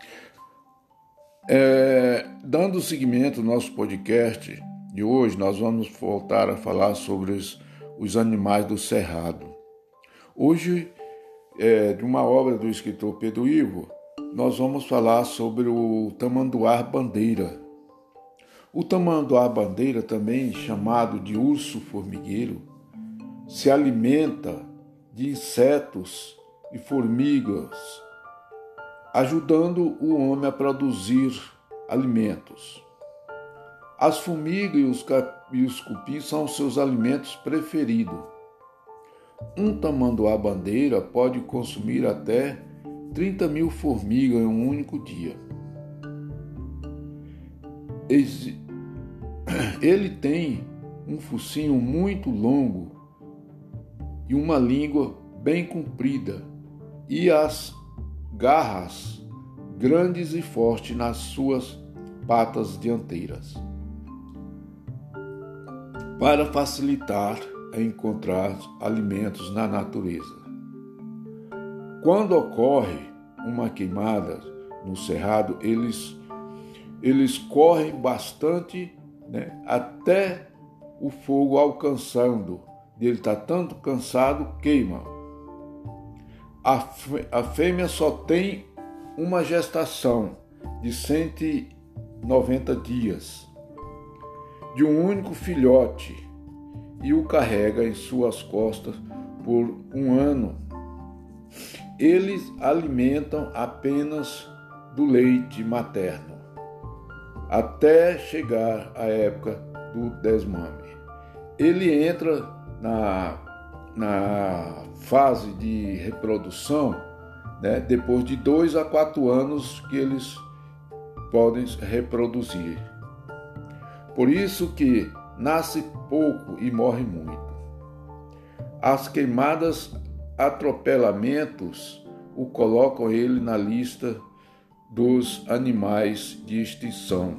Dando seguimento ao nosso podcast de hoje, nós vamos voltar a falar sobre os animais do cerrado. Hoje, de uma obra do escritor Pedro Ivo, nós vamos falar sobre o tamanduá-bandeira. O tamanduá-bandeira, também chamado de urso formigueiro, se alimenta de insetos e formigas, ajudando o homem a produzir alimentos. As formigas e os cupins são seus alimentos preferidos. Um tamanduá-bandeira pode consumir até 30.000 formigas em um único dia. Ele tem um focinho muito longo e uma língua bem comprida e as garras grandes e fortes nas suas patas dianteiras, para facilitar a encontrar alimentos na natureza. Quando ocorre uma queimada no cerrado, eles correm bastante, até o fogo alcançando. Ele está tanto cansado, queima. A fêmea só tem uma gestação de 190 dias de um único filhote e o carrega em suas costas por um ano. Eles alimentam apenas do leite materno, até chegar a época do desmame. Ele entra na fase de reprodução, depois de 2 a 4 anos que eles podem reproduzir. Por isso que nasce pouco e morre muito. As queimadas, atropelamentos, o colocam ele na lista dos animais de extinção.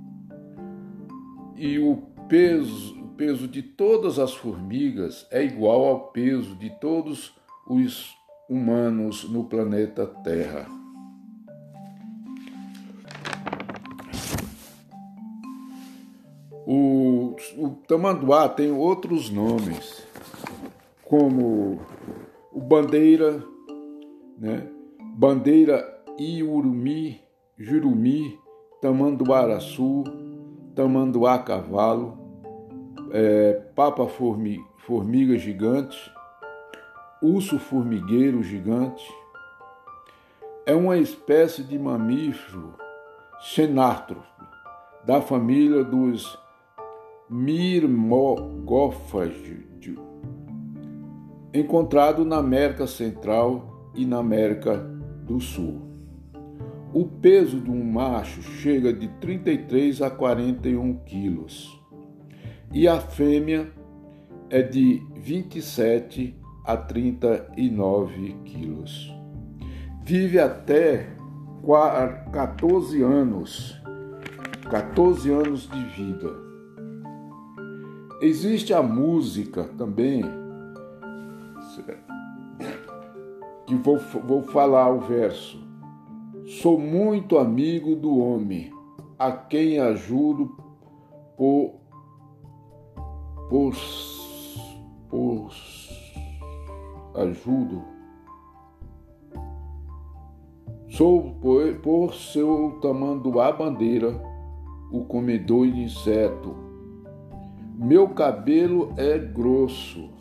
E o peso de todas as formigas é igual ao peso de todos os humanos no planeta Terra. O tamanduá tem outros nomes, como o bandeira, bandeira iurumi, jurumi, tamanduá-araçu, tamanduá-cavalo, papa-formiga gigante, urso formigueiro gigante. É uma espécie de mamífero xenártropo da família dos mirmogófagos, encontrado na América Central e na América do Sul. O peso de um macho chega de 33 a 41 quilos e a fêmea é de 27 a 39 quilos. Vive até 14 anos de vida. Existe a música também, que vou falar o verso. Sou muito amigo do homem, a quem ajudo Sou por seu tamanduá-bandeira, o comedor de inseto. Meu cabelo é grosso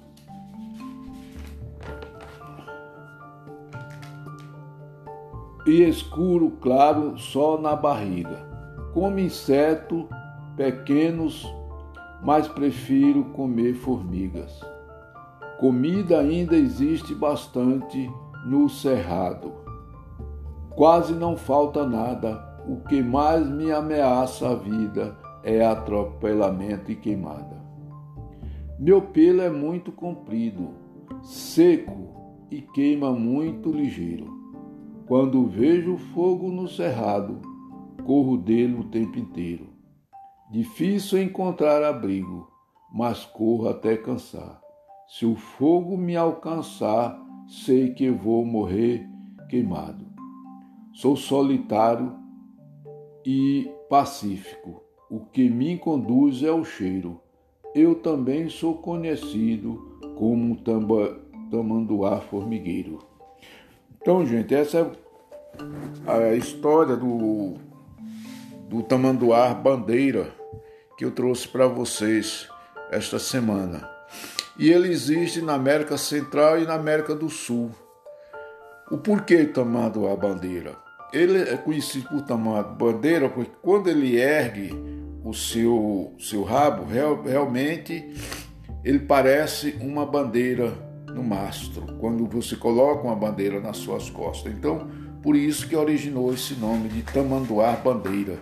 e escuro claro só na barriga. Como inseto pequenos, mas prefiro comer formigas. Comida ainda existe bastante no cerrado. Quase não falta nada. O que mais me ameaça a vida é atropelamento e queimada. Meu pelo é muito comprido, seco e queima muito ligeiro. Quando vejo fogo no cerrado, corro dele o tempo inteiro. Difícil encontrar abrigo, mas corro até cansar. Se o fogo me alcançar, sei que vou morrer queimado. Sou solitário e pacífico. O que me conduz é o cheiro. Eu também sou conhecido como tamanduá formigueiro. Então, gente, essa é a história do tamanduá bandeira que eu trouxe para vocês esta semana. E ele existe na América Central e na América do Sul. O porquê tamanduá bandeira? Ele é conhecido por tamanduá bandeira porque quando ele ergue o seu rabo, realmente ele parece uma bandeira no mastro, quando você coloca uma bandeira nas suas costas. Então, por isso que originou esse nome de tamanduá bandeira.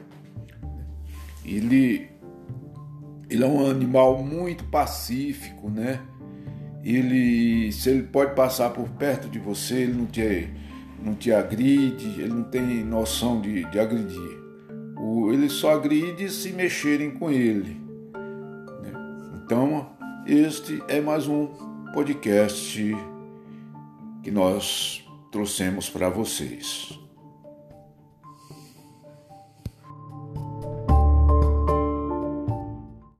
Ele é um animal muito pacífico, né? Se ele pode passar por perto de você, ele não te agride, ele não tem noção de agredir. Ele só agride se mexerem com ele, né? Então, este é mais um podcast que nós trouxemos para vocês.